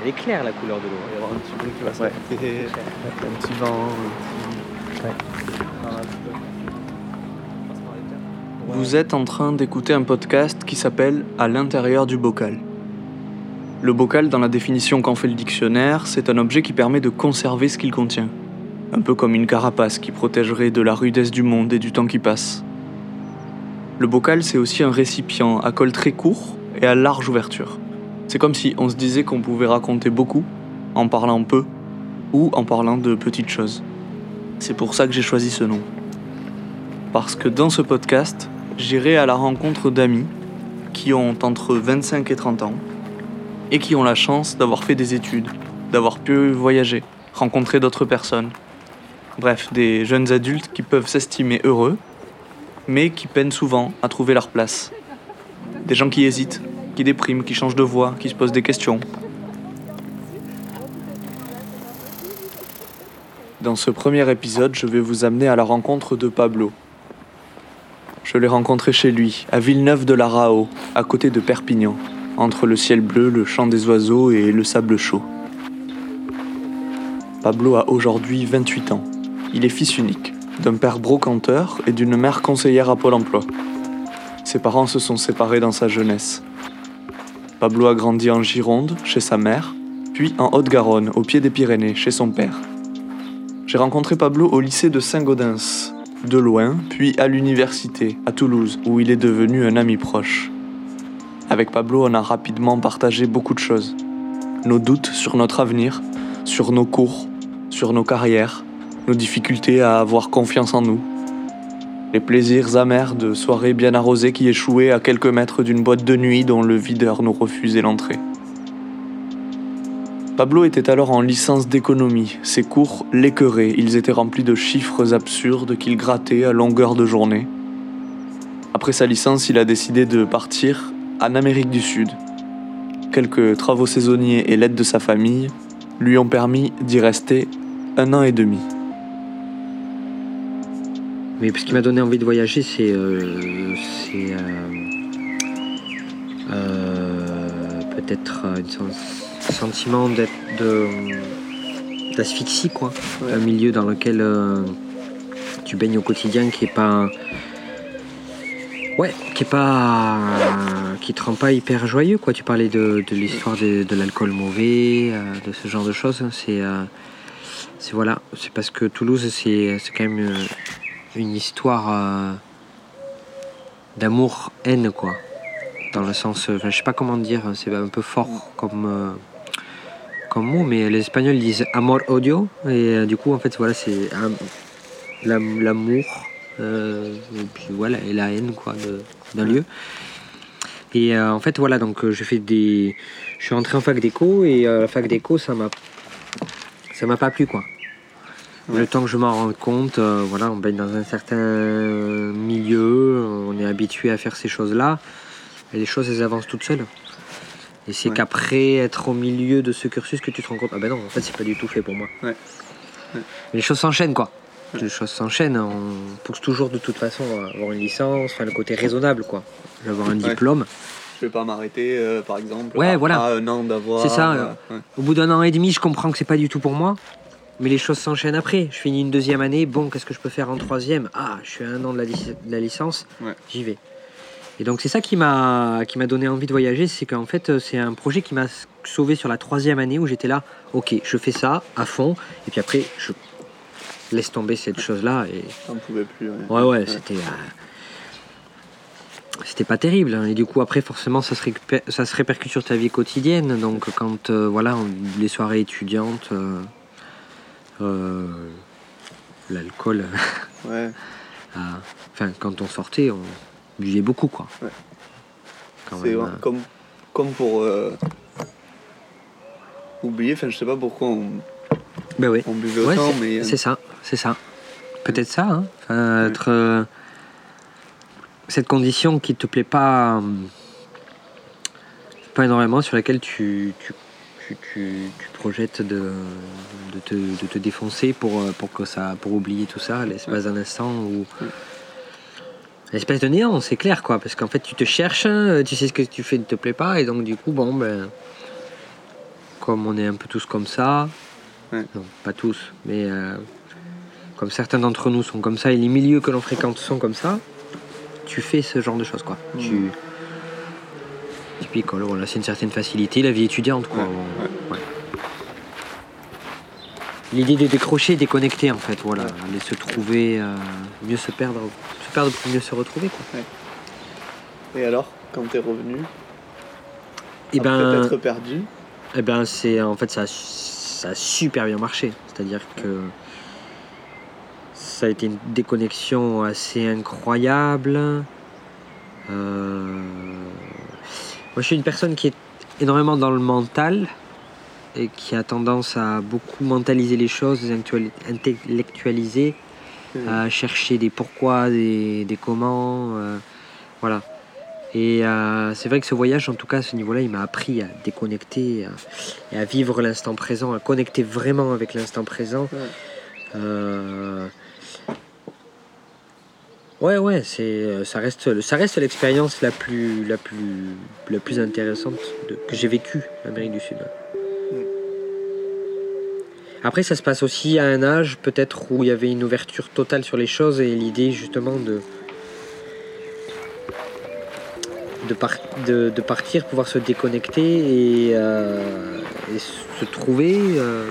Elle est claire la couleur de l'eau. Il va y avoir un petit bruit qui va se répéter. Un petit vent. Vous êtes en train d'écouter un podcast qui s'appelle « À l'intérieur du bocal ». Le bocal, dans la définition qu'en fait le dictionnaire, c'est un objet qui permet de conserver ce qu'il contient. Un peu comme une carapace qui protégerait de la rudesse du monde et du temps qui passe. Le bocal, c'est aussi un récipient à col très court et à large ouverture. C'est comme si on se disait qu'on pouvait raconter beaucoup en parlant peu ou en parlant de petites choses. C'est pour ça que j'ai choisi ce nom. Parce que dans ce podcast, j'irai à la rencontre d'amis qui ont entre 25 et 30 ans et qui ont la chance d'avoir fait des études, d'avoir pu voyager, rencontrer d'autres personnes. Bref, des jeunes adultes qui peuvent s'estimer heureux, mais qui peinent souvent à trouver leur place. Des gens qui hésitent, qui dépriment, qui changent de voie, qui se posent des questions. Dans ce premier épisode, je vais vous amener à la rencontre de Pablo. Je l'ai rencontré chez lui, à Villeneuve-de-la-Raho, à côté de Perpignan, entre le ciel bleu, le chant des oiseaux et le sable chaud. Pablo a aujourd'hui 28 ans. Il est fils unique, d'un père brocanteur et d'une mère conseillère à Pôle emploi. Ses parents se sont séparés dans sa jeunesse. Pablo a grandi en Gironde, chez sa mère, puis en Haute-Garonne, au pied des Pyrénées, chez son père. J'ai rencontré Pablo au lycée de Saint-Gaudens, de loin, puis à l'université, à Toulouse, où il est devenu un ami proche. Avec Pablo, on a rapidement partagé beaucoup de choses. Nos doutes sur notre avenir, sur nos cours, sur nos carrières, nos difficultés à avoir confiance en nous. Les plaisirs amers de soirées bien arrosées qui échouaient à quelques mètres d'une boîte de nuit dont le videur nous refusait l'entrée. Pablo était alors en licence d'économie. Ses cours l'écœuraient, ils étaient remplis de chiffres absurdes qu'il grattait à longueur de journée. Après sa licence, il a décidé de partir en Amérique du Sud. Quelques travaux saisonniers et l'aide de sa famille lui ont permis d'y rester 1 an et demi. Mais ce qui m'a donné envie de voyager, c'est peut-être un sentiment d'asphyxie, quoi. Ouais. Un milieu dans lequel tu baignes au quotidien qui te rend pas hyper joyeux, quoi. Tu parlais de l'histoire de l'alcool mauvais, de ce genre de choses. C'est parce que Toulouse, c'est quand même une histoire d'amour-haine, quoi. Dans le sens, je sais pas comment dire, c'est un peu fort comme mot, mais les Espagnols disent amor-odio, et du coup, en fait, voilà, c'est l'amour, et puis voilà, et la haine, quoi, d'un lieu. Et en fait, voilà, donc je suis rentré en fac d'éco, et la fac d'éco, ça m'a pas plu, quoi. Le temps que je m'en rende compte, voilà, on baigne dans un certain milieu, on est habitué à faire ces choses-là, et les choses, elles avancent toutes seules. Et c'est qu'après être au milieu de ce cursus que tu te rends compte, ah ben non, en fait, c'est pas du tout fait pour moi. Mais les choses s'enchaînent, quoi. Les choses s'enchaînent, on pousse toujours de toute façon à avoir une licence, enfin le côté raisonnable, quoi. Je vais avoir un diplôme. Je vais pas m'arrêter, par exemple, voilà. à 1 an d'avoir... C'est ça. Au bout d'1 an et demi, je comprends que c'est pas du tout pour moi. Mais les choses s'enchaînent après. Je finis une 2e année. Bon, qu'est-ce que je peux faire en 3e ? Ah, je suis à 1 an de la licence. J'y vais. Et donc, c'est ça qui m'a donné envie de voyager. C'est qu'en fait, c'est un projet qui m'a sauvé sur la 3e année où j'étais là. Ok, je fais ça à fond. Et puis après, je laisse tomber cette chose-là. Et... ça ne pouvait plus. Ouais. C'était pas terrible. Et du coup, après, forcément, ça se répercute sur ta vie quotidienne. Donc, quand, les soirées étudiantes... l'alcool. Quand on sortait, on buvait beaucoup, quoi. C'est comme pour oublier. Enfin, je sais pas pourquoi on buvait autant, mais c'est ça. Peut-être ça. Hein. Être cette condition qui te plaît pas énormément, sur laquelle tu projettes de te défoncer pour oublier tout ça, l'espace d'un instant où l'espèce de néant, c'est clair, quoi, parce qu'en fait tu te cherches, tu sais ce que tu fais ne te plaît pas, et donc du coup comme on est un peu tous comme ça, non, pas tous, mais comme certains d'entre nous sont comme ça, et les milieux que l'on fréquente sont comme ça, tu fais ce genre de choses, quoi. Tu picoles, voilà, c'est une certaine facilité, la vie étudiante, quoi. Ouais. L'idée de décrocher, déconnecter, en fait, voilà, aller se trouver, mieux se perdre pour mieux se retrouver, quoi. Et alors, quand t'es revenu, après t'être perdu, c'est, en fait, ça a super bien marché, c'est-à-dire que ça a été une déconnexion assez incroyable. Moi, je suis une personne qui est énormément dans le mental et qui a tendance à beaucoup mentaliser les choses, intellectualiser, à chercher des pourquoi, des comment, voilà. Et c'est vrai que ce voyage, en tout cas à ce niveau-là, il m'a appris à déconnecter et à vivre l'instant présent, à connecter vraiment avec l'instant présent. Ouais, ça reste l'expérience la plus intéressante que j'ai vécue en Amérique du Sud. Après, ça se passe aussi à un âge peut-être où il y avait une ouverture totale sur les choses et l'idée justement de partir, pouvoir se déconnecter et se trouver.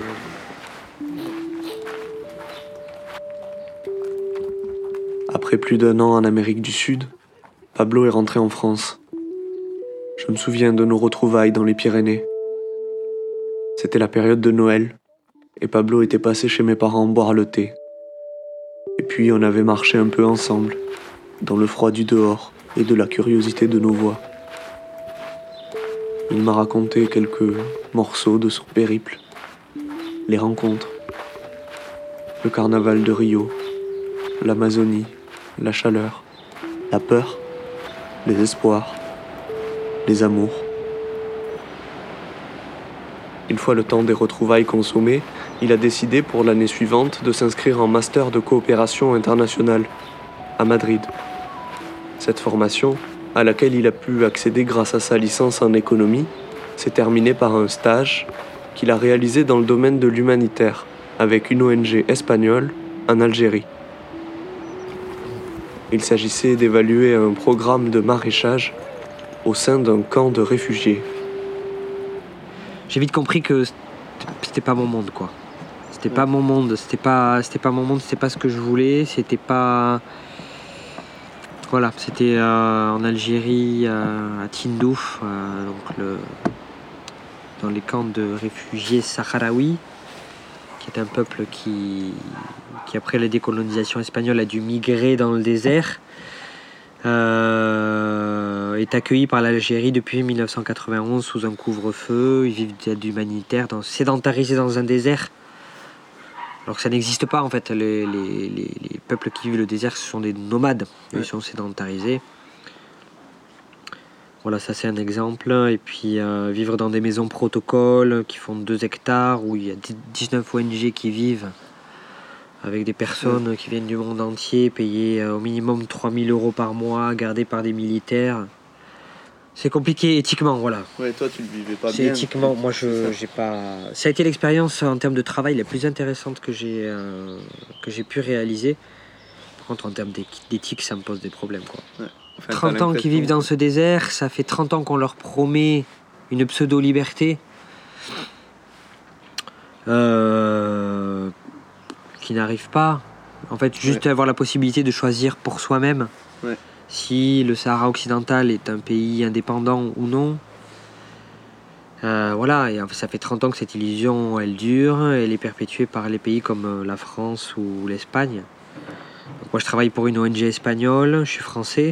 Après plus d'1 an en Amérique du Sud, Pablo est rentré en France. Je me souviens de nos retrouvailles dans les Pyrénées. C'était la période de Noël, et Pablo était passé chez mes parents boire le thé. Et puis on avait marché un peu ensemble, dans le froid du dehors et de la curiosité de nos voix. Il m'a raconté quelques morceaux de son périple, les rencontres, le carnaval de Rio, l'Amazonie, la chaleur, la peur, les espoirs, les amours. Une fois le temps des retrouvailles consommé, il a décidé pour l'année suivante de s'inscrire en master de coopération internationale à Madrid. Cette formation, à laquelle il a pu accéder grâce à sa licence en économie, s'est terminée par un stage qu'il a réalisé dans le domaine de l'humanitaire avec une ONG espagnole en Algérie. Il s'agissait d'évaluer un programme de maraîchage au sein d'un camp de réfugiés. J'ai vite compris que c'était pas mon monde, quoi. C'était pas mon monde, c'était pas mon monde, c'était pas ce que je voulais, c'était pas... Voilà, c'était en Algérie, à Tindouf, dans les camps de réfugiés sahraouis, qui est un peuple qui après la décolonisation espagnole a dû migrer dans le désert, est accueilli par l'Algérie depuis 1991 sous un couvre-feu. Ils vivent d'aide humanitaire, sédentarisés dans un désert. Alors que ça n'existe pas en fait. Les peuples qui vivent le désert, ce sont des nomades. Ils sont sédentarisés. Voilà, ça c'est un exemple. Et puis vivre dans des maisons protocole qui font 2 hectares, où il y a 19 ONG qui vivent, avec des personnes qui viennent du monde entier, payées au minimum 3 000 € par mois, gardées par des militaires. C'est compliqué éthiquement, voilà. Ouais, toi tu le vivais pas bien. C'est éthiquement, moi j'ai pas... Ça a été l'expérience en termes de travail la plus intéressante que j'ai pu réaliser. Par contre, en termes d'éthique, ça me pose des problèmes, quoi. Ouais. Enfin, 30 ans qu'ils vivent dans ce désert, ça fait 30 ans qu'on leur promet une pseudo-liberté qui n'arrive pas. En fait, juste avoir la possibilité de choisir pour soi-même si le Sahara occidental est un pays indépendant ou non. Voilà, et ça fait 30 ans que cette illusion, elle dure, elle est perpétuée par les pays comme la France ou l'Espagne. Donc moi, je travaille pour une ONG espagnole, je suis français.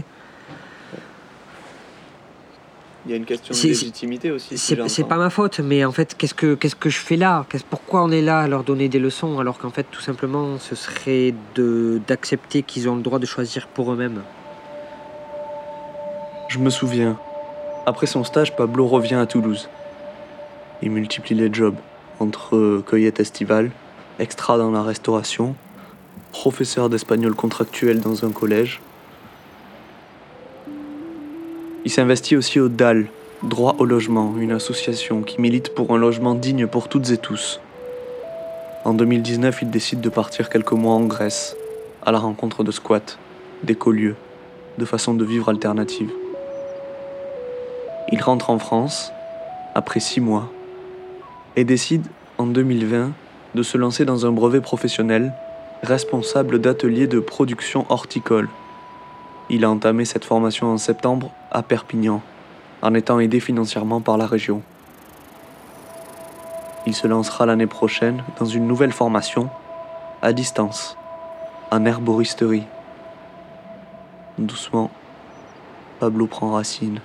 Il y a une question de légitimité aussi. C'est pas ma faute, mais en fait, qu'est-ce que je fais là ? Pourquoi on est là à leur donner des leçons, alors qu'en fait, tout simplement, ce serait d'accepter qu'ils ont le droit de choisir pour eux-mêmes. Je me souviens. Après son stage, Pablo revient à Toulouse. Il multiplie les jobs, entre cueillette estivale, extra dans la restauration, professeur d'espagnol contractuel dans un collège. Il s'investit aussi au DAL, Droit au logement, une association qui milite pour un logement digne pour toutes et tous. En 2019, il décide de partir quelques mois en Grèce, à la rencontre de squats, d'écolieux, de façons de vivre alternatives. Il rentre en France, après 6 mois, et décide, en 2020, de se lancer dans un brevet professionnel, responsable d'atelier de production horticole. Il a entamé cette formation en septembre à Perpignan, en étant aidé financièrement par la région. Il se lancera l'année prochaine dans une nouvelle formation, à distance, en herboristerie. Doucement, Pablo prend racine.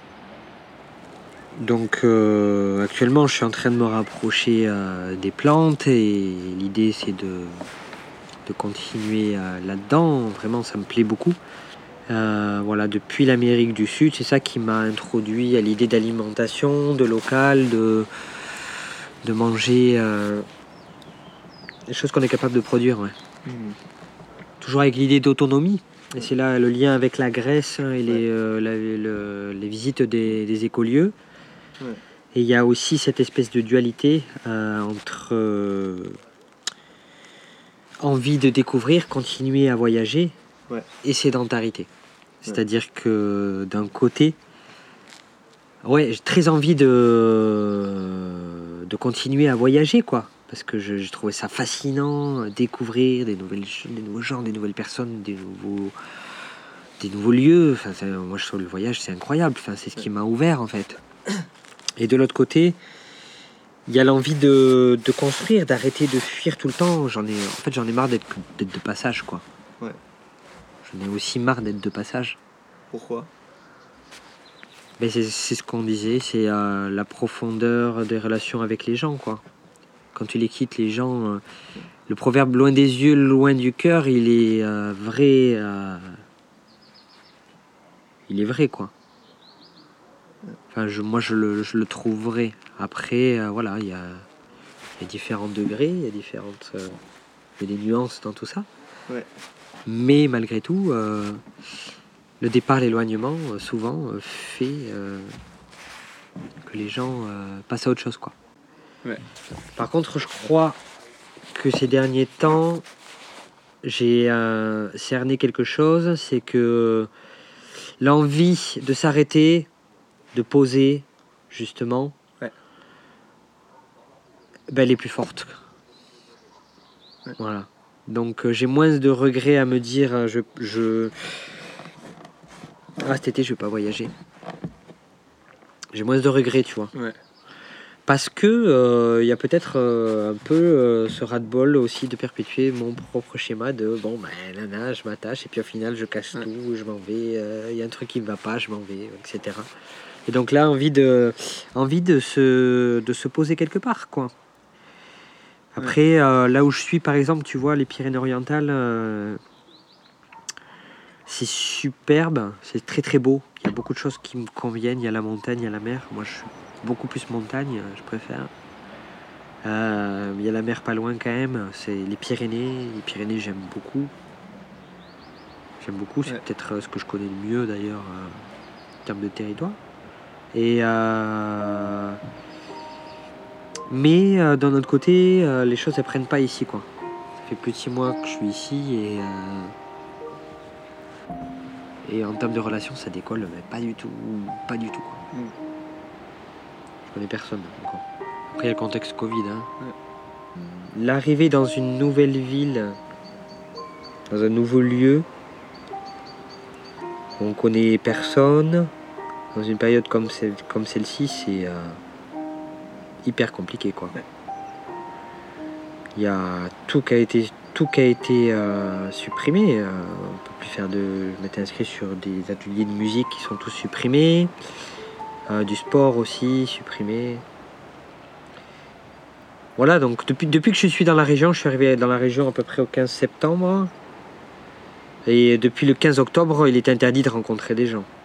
Donc actuellement je suis en train de me rapprocher des plantes et l'idée c'est de continuer là-dedans. Vraiment ça me plaît beaucoup. Voilà, depuis l'Amérique du Sud, c'est ça qui m'a introduit à l'idée d'alimentation, de local, de manger des choses qu'on est capable de produire. Ouais. Toujours avec l'idée d'autonomie. Et c'est là le lien avec la Grèce et les visites des écolieux. Ouais. Et il y a aussi cette espèce de dualité entre envie de découvrir, continuer à voyager et sédentarité. C'est-à-dire que d'un côté, j'ai très envie de continuer à voyager, quoi. Parce que je trouvais ça fascinant, découvrir des nouveaux gens, des nouvelles personnes, des nouveaux lieux. Enfin, moi, je trouve le voyage, c'est incroyable. Enfin, c'est ce qui m'a ouvert, en fait. Et de l'autre côté, il y a l'envie de construire, d'arrêter de fuir tout le temps. J'en ai marre d'être de passage, quoi. Ouais. J'en ai aussi marre d'être de passage. Pourquoi ? Mais c'est ce qu'on disait, c'est la profondeur des relations avec les gens, quoi. Quand tu les quittes, les gens... le proverbe « loin des yeux, loin du cœur », il est vrai. Il est vrai, quoi. Enfin, moi, je le trouve vrai. Après, voilà, il y a différents degrés, il y a il y a des nuances dans tout ça. Ouais. Mais malgré tout, le départ, l'éloignement, souvent, fait que les gens passent à autre chose, quoi. Ouais. Par contre, je crois que ces derniers temps, j'ai cerné quelque chose, c'est que l'envie de s'arrêter, de poser, justement, elle est plus forte. Ouais. Voilà. Donc j'ai moins de regrets à me dire cet été je vais pas voyager. J'ai moins de regrets, tu vois. Ouais. Parce que y a peut-être un peu ce ras-de-bol aussi de perpétuer mon propre schéma de je m'attache et puis au final je casse tout, je m'en vais, y a un truc qui me va pas, je m'en vais, etc. Et donc là envie de se poser quelque part, quoi. Après là où je suis, par exemple, tu vois, les Pyrénées-Orientales, c'est superbe, c'est très très beau, il y a beaucoup de choses qui me conviennent, il y a la montagne, il y a la mer. Moi je suis beaucoup plus montagne, je préfère. Il y a la mer pas loin quand même, c'est les Pyrénées. Les Pyrénées, j'aime beaucoup. C'est peut-être ce que je connais le mieux d'ailleurs en termes de territoire. Et mais d'un autre côté, les choses elles prennent pas ici, quoi. Ça fait plus de 6 mois que je suis ici et en termes de relations, ça décolle, mais pas du tout, quoi. Je connais personne encore. Après, il y a le contexte Covid. L'arrivée dans une nouvelle ville, dans un nouveau lieu, où on connaît personne, dans une période comme celle-ci, c'est hyper compliqué, quoi. Il y a tout qui a été supprimé. On peut plus faire je m'étais inscrit sur des ateliers de musique qui sont tous supprimés. Du sport aussi supprimé. Voilà, donc depuis que je suis dans la région, je suis arrivé dans la région à peu près au 15 septembre. Et depuis le 15 octobre, il est interdit de rencontrer des gens.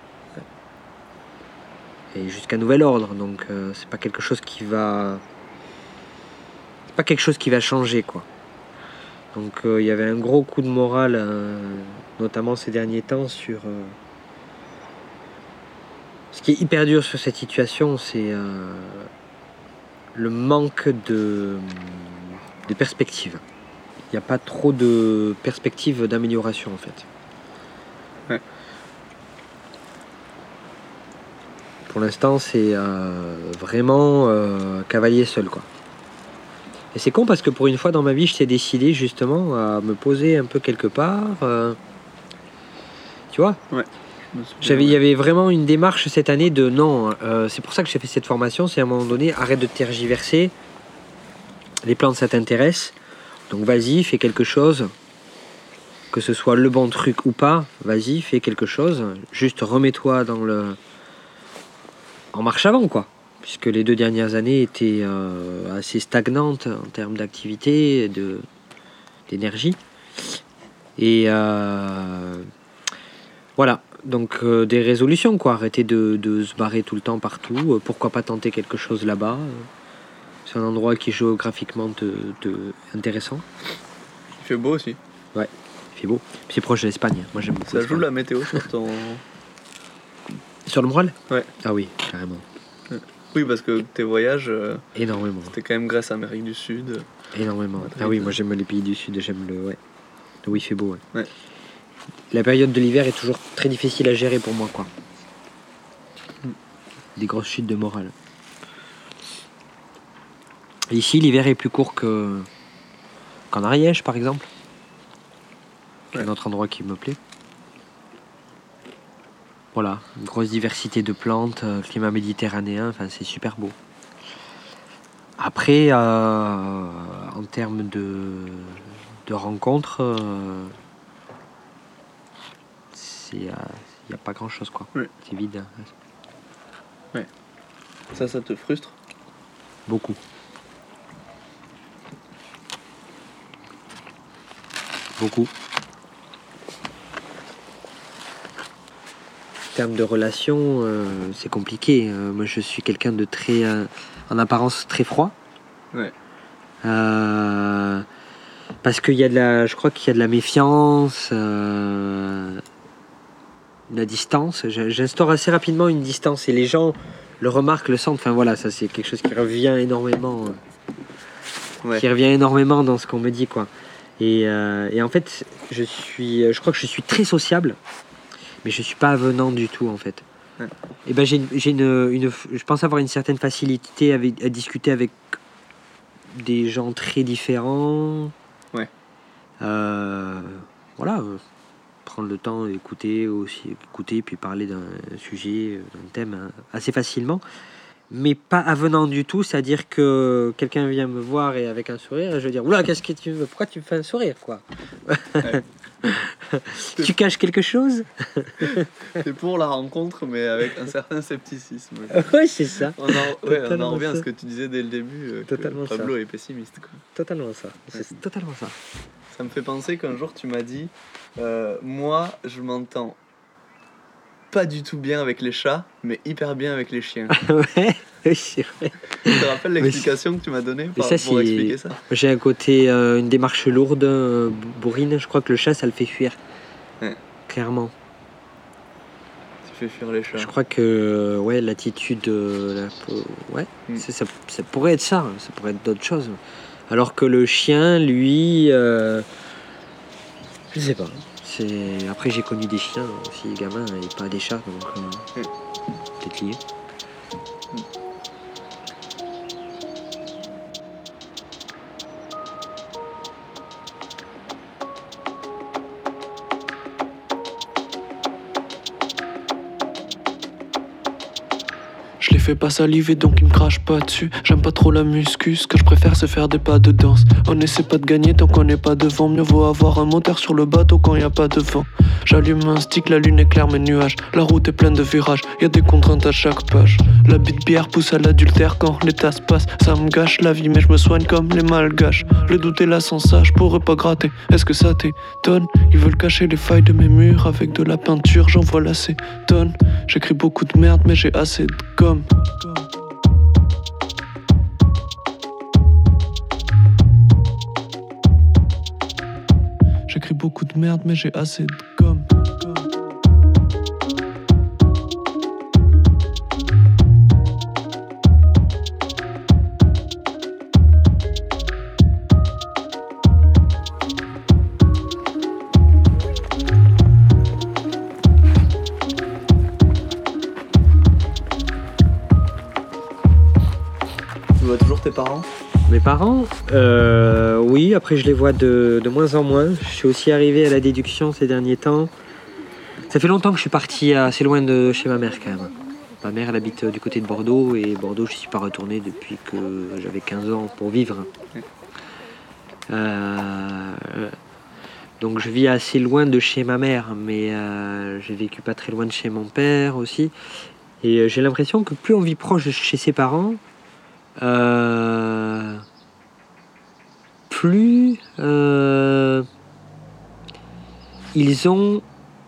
Et jusqu'à nouvel ordre, donc c'est pas quelque chose qui va changer, quoi. Donc il y avait un gros coup de morale, notamment ces derniers temps, sur Ce qui est hyper dur sur cette situation, c'est le manque de perspective. Il n'y a pas trop de perspective d'amélioration en fait. Ouais. Pour l'instant, c'est vraiment cavalier seul, quoi. Et c'est con parce que pour une fois dans ma vie, je t'ai décidé justement à me poser un peu quelque part. Tu vois ? Ouais. Il y avait vraiment une démarche cette année de non. C'est pour ça que j'ai fait cette formation. C'est à un moment donné, arrête de tergiverser. Les plantes, ça t'intéresse. Donc vas-y, fais quelque chose. Que ce soit le bon truc ou pas, vas-y, fais quelque chose. Juste remets-toi en marche avant, quoi. Puisque les 2 dernières années étaient assez stagnantes en termes d'activité, d'énergie. Et voilà. Donc des résolutions, quoi. Arrêter de se barrer tout le temps partout. Pourquoi pas tenter quelque chose là-bas. C'est un endroit qui est géographiquement intéressant. Il fait beau aussi. Ouais, il fait beau. Puis c'est proche de l'Espagne. Moi j'aime beaucoup. Ça joue la météo sur ton... Sur le moral ? Ouais. Ah oui, carrément. Oui, parce que tes voyages, Énormément. c'était quand même Grèce, Amérique du Sud. Énormément. Madrid. Ah oui, moi j'aime les pays du Sud, j'aime le... Ouais. Oui, il fait beau. Ouais. La période de l'hiver est toujours très difficile à gérer pour moi, quoi. Des grosses chutes de morale. Et ici, l'hiver est plus court qu'en Ariège, par exemple. Ouais. Un autre endroit qui me plaît. Voilà, une grosse diversité de plantes, climat méditerranéen, enfin c'est super beau. Après, en termes de rencontres, il n'y a pas grand chose, quoi. Ouais. C'est vide. Ouais. Ça te frustre ? Beaucoup. Beaucoup. En termes de relations, c'est compliqué. Moi, je suis quelqu'un de très, en apparence, très froid. Ouais. Parce qu'il y a je crois qu'il y a de la méfiance, de la distance. J'instaure assez rapidement une distance et les gens le remarquent, le sentent. Enfin voilà, ça c'est quelque chose qui revient énormément. Ouais. Qui revient énormément dans ce qu'on me dit, quoi. Et en fait, je crois que je suis très sociable. Mais je suis pas avenant du tout en fait. Ouais. Et ben je pense avoir une certaine facilité à discuter avec des gens très différents. Ouais. Voilà, prendre le temps d'écouter puis parler d'un sujet, d'un thème assez facilement. Mais pas avenant du tout, c'est-à-dire que quelqu'un vient me voir et avec un sourire, et je vais dire oula, pourquoi tu me fais un sourire, quoi? Ouais. Tu caches quelque chose? C'est pour la rencontre, mais avec un certain scepticisme. Oui, c'est ça. On en revient à ce que tu disais dès le début, Totalement que Pablo est pessimiste, quoi. Totalement ça. C'est totalement ça. Ça me fait penser qu'un jour tu m'as dit moi, je m'entends pas du tout bien avec les chats, mais hyper bien avec les chiens. Ouais, oui, c'est vrai. Tu te rappelles l'explication que tu m'as donnée pour expliquer ça? J'ai un côté, une démarche lourde, bourrine. Je crois que le chat, ça le fait fuir. Ouais. Clairement. Tu fais fuir les chats. Je crois que ouais, l'attitude, ouais, ça pourrait être ça. Ça pourrait être d'autres choses. Alors que le chien, lui, je sais pas. Après, j'ai connu des chiens aussi, gamins, et pas des chats, donc peut-être lié. Je les fais pas saliver donc ils me crachent pas dessus. J'aime pas trop la muscu, ce que je préfère c'est faire des pas de danse. On essaie pas de gagner tant qu'on n'est pas devant. Mieux vaut avoir un moteur sur le bateau quand y a pas de vent. J'allume un stick, la lune éclaire mes nuages. La route est pleine de virages, y a des contraintes à chaque page. La bite bière pousse à l'adultère quand les tasses passent. Ça me gâche la vie mais je me soigne comme les malgaches. Le doute est là sans ça, je pourrais pas gratter. Est-ce que ça t'étonne? Ils veulent cacher les failles de mes murs avec de la peinture, j'en vois là ces tonnes. J'écris beaucoup de merde mais j'ai assez de gomme. J'écris beaucoup de merde mais j'ai assez de gomme. tes parents? Mes parents, oui, après je les vois de moins en moins. Je suis aussi arrivé à la déduction ces derniers temps. Ça fait longtemps que je suis parti assez loin de chez ma mère quand même. Ma mère, elle habite du côté de Bordeaux, et Bordeaux, je ne suis pas retourné depuis que j'avais 15 ans pour vivre. Donc je vis assez loin de chez ma mère, mais j'ai vécu pas très loin de chez mon père aussi. Et j'ai l'impression que plus on vit proche de chez ses parents, plus ils ont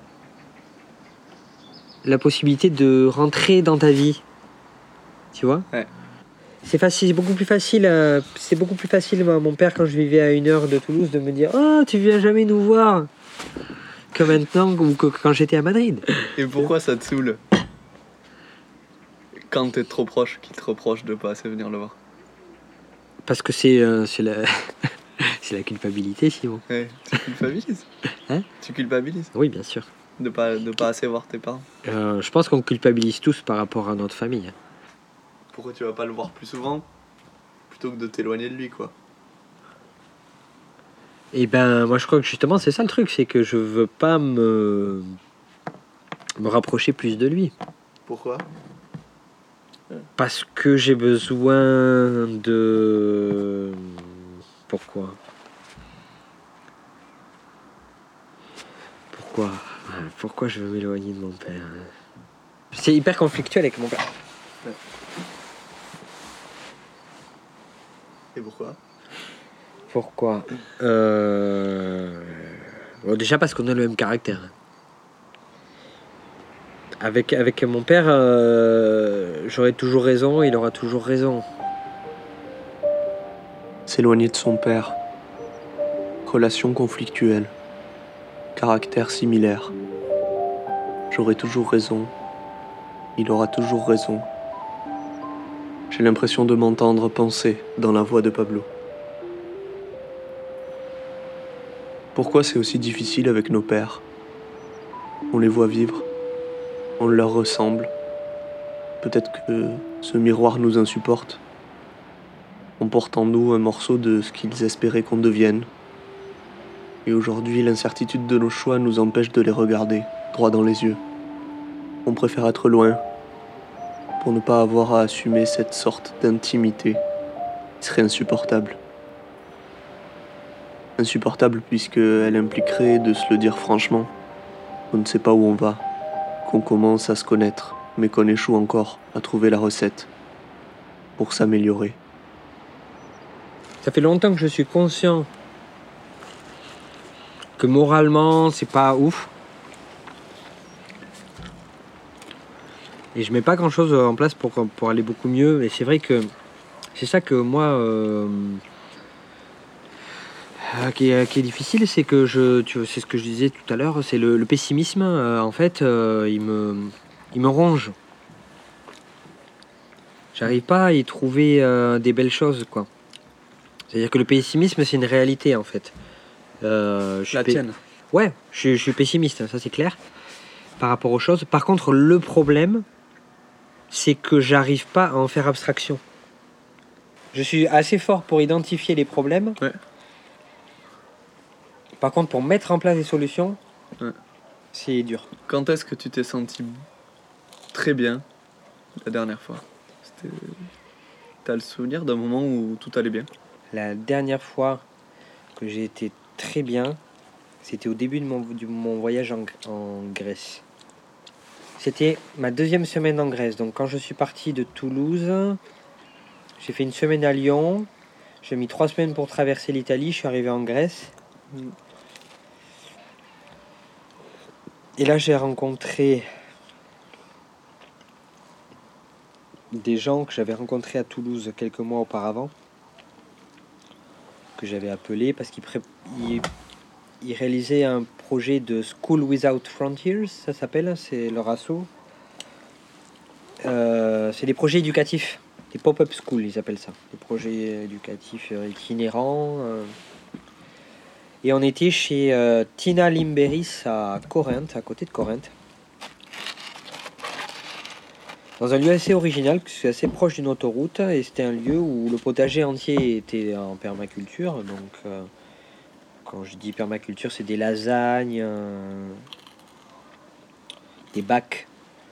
la possibilité de rentrer dans ta vie. Tu vois ? Ouais. C'est facile, c'est beaucoup plus facile, moi, mon père, quand je vivais à 1 heure de Toulouse, de me dire « Oh, tu viens jamais nous voir !» que maintenant, ou que quand j'étais à Madrid. Et pourquoi ça te saoule quand t'es trop proche, qu'il te reproche de pas assez venir le voir? Parce que c'est la... c'est la culpabilité, Simon. Ouais, tu culpabilises. Hein? Tu culpabilises Oui, bien sûr. de pas assez voir tes parents. Je pense qu'on culpabilise tous par rapport à notre famille. Pourquoi tu vas pas le voir plus souvent plutôt que de t'éloigner de lui, quoi? Et ben, moi je crois que justement c'est ça le truc, c'est que je veux pas me rapprocher plus de lui. Pourquoi? Parce que j'ai besoin de... Pourquoi je veux m'éloigner de mon père? C'est hyper conflictuel avec mon père. Et pourquoi? Pourquoi Bon, déjà parce qu'on a le même caractère. Avec mon père, j'aurai toujours raison, il aura toujours raison. S'éloigner de son père. Relation conflictuelle. Caractère similaire. J'aurai toujours raison. Il aura toujours raison. J'ai l'impression de m'entendre penser dans la voix de Pablo. Pourquoi c'est aussi difficile avec nos pères? On les voit vivre, on leur ressemble. Peut-être que ce miroir nous insupporte. On porte en nous un morceau de ce qu'ils espéraient qu'on devienne. Et aujourd'hui, l'incertitude de nos choix nous empêche de les regarder droit dans les yeux. On préfère être loin pour ne pas avoir à assumer cette sorte d'intimité qui serait insupportable. Insupportable puisqu'elle impliquerait de se le dire franchement. On ne sait pas où on va, qu'on commence à se connaître, mais qu'on échoue encore à trouver la recette pour s'améliorer. Ça fait longtemps que je suis conscient que moralement c'est pas ouf. Et je mets pas grand chose en place pour aller beaucoup mieux. Et c'est vrai que c'est ça que moi qui est difficile, c'est que c'est ce que je disais tout à l'heure, c'est le pessimisme. En fait, il me ronge. J'arrive pas à y trouver des belles choses, quoi. C'est-à-dire que le pessimisme, c'est une réalité, en fait. La tienne. Ouais, je suis pessimiste, ça c'est clair, par rapport aux choses. Par contre, le problème, c'est que j'arrive pas à en faire abstraction. Je suis assez fort pour identifier les problèmes. Ouais. Par contre, pour mettre en place des solutions, Ouais. c'est dur. Quand est-ce que tu t'es senti très bien la dernière fois? T'as le souvenir d'un moment où tout allait bien? La dernière fois que j'ai été très bien, c'était au début de mon voyage en Grèce. C'était ma 2e semaine en Grèce. Donc quand je suis parti de Toulouse, j'ai fait 1 semaine à Lyon. J'ai mis 3 semaines pour traverser l'Italie. Je suis arrivé en Grèce. Et là, j'ai rencontré des gens que j'avais rencontrés à Toulouse quelques mois auparavant, que j'avais appelés parce qu'ils réalisaient un projet de School Without Frontiers, ça s'appelle, c'est leur asso. C'est des projets éducatifs, des pop-up schools, ils appellent ça, des projets éducatifs itinérants. Et on était chez Tina Limberis à Corinthe, à côté de Corinthe. dans un lieu assez original, parce que c'est assez proche d'une autoroute, et c'était un lieu où le potager entier était en permaculture. Donc, quand je dis permaculture, c'est des lasagnes, des bacs.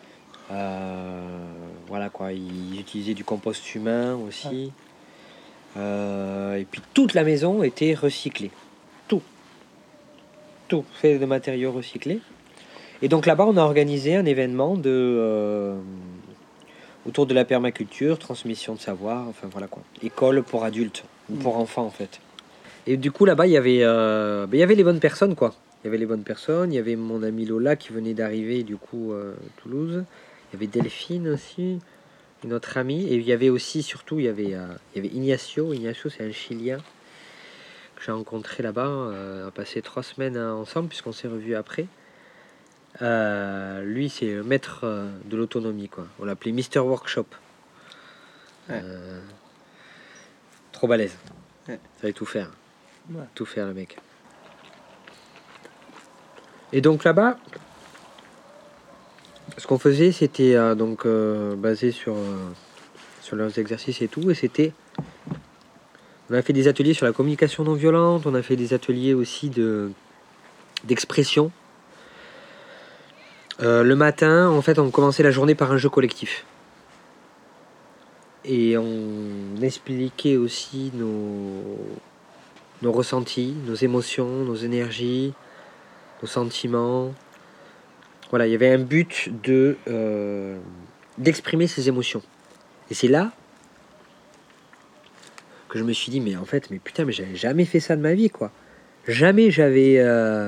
Voilà quoi, ils utilisaient du compost humain aussi. Et puis toute la maison était recyclée. Tout fait de matériaux recyclés. Et donc là-bas, on a organisé un événement autour de la permaculture, transmission de savoir, enfin voilà quoi. École pour adultes, ou pour enfants en fait. Et du coup, là-bas, il y avait les bonnes personnes quoi. Il y avait les bonnes personnes, il y avait mon amie Lola qui venait d'arriver du coup Toulouse. Il y avait Delphine aussi, une autre amie. Et il y avait aussi, surtout, il y avait Ignacio. Ignacio, c'est un Chilien que j'ai rencontré là-bas. On a passé 3 semaines ensemble puisqu'on s'est revus après. Lui, c'est le maître de l'autonomie, quoi. On l'appelait Mister Workshop. Ouais. Trop balèze. Ouais. Ça savait tout faire. Ouais. Tout faire, le mec. Et donc là-bas, ce qu'on faisait, c'était basé sur leurs exercices et tout. Et c'était... On a fait des ateliers sur la communication non violente. On a fait des ateliers aussi d'expression. Le matin, en fait, on commençait la journée par un jeu collectif. Et on expliquait aussi nos ressentis, nos émotions, nos énergies, nos sentiments. Voilà, il y avait un but d'exprimer ses émotions. Et c'est là que je me suis dit, mais putain, mais j'avais jamais fait ça de ma vie, quoi. Jamais j'avais...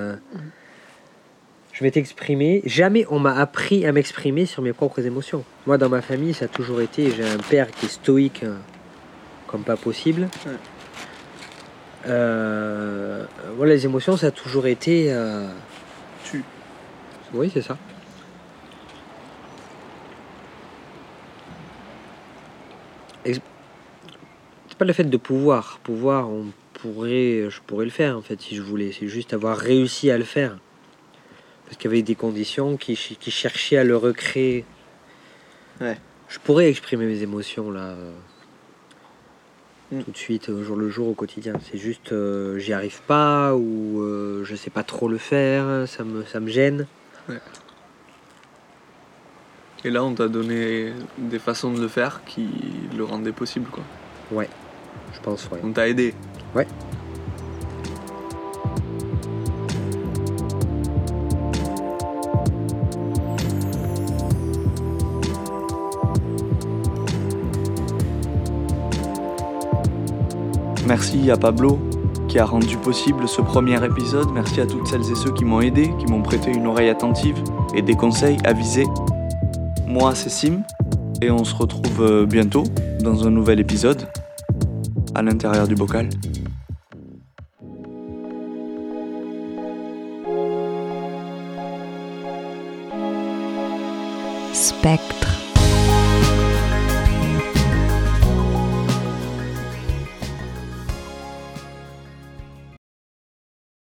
Je m'étais exprimé, jamais on m'a appris à m'exprimer sur mes propres émotions. Moi, dans ma famille, ça a toujours été, j'ai un père qui est stoïque comme pas possible. Voilà, les émotions, ça a toujours été... Oui, c'est ça. C'est pas le fait de pouvoir. Pouvoir, je pourrais le faire, en fait, si je voulais. C'est juste avoir réussi à le faire. Parce qu'il y avait des conditions qui cherchaient à le recréer. Ouais. Je pourrais exprimer mes émotions là, tout de suite, au jour le jour, au quotidien. C'est juste, j'y arrive pas ou je sais pas trop le faire, ça me gêne. Ouais. Et là, on t'a donné des façons de le faire qui le rendaient possible, quoi. Ouais, je pense, ouais. On t'a aidé. Ouais. Merci à Pablo qui a rendu possible ce premier épisode. Merci à toutes celles et ceux qui m'ont aidé, qui m'ont prêté une oreille attentive et des conseils avisés. Moi, c'est Sim et on se retrouve bientôt dans un nouvel épisode à l'intérieur du bocal. Spectre.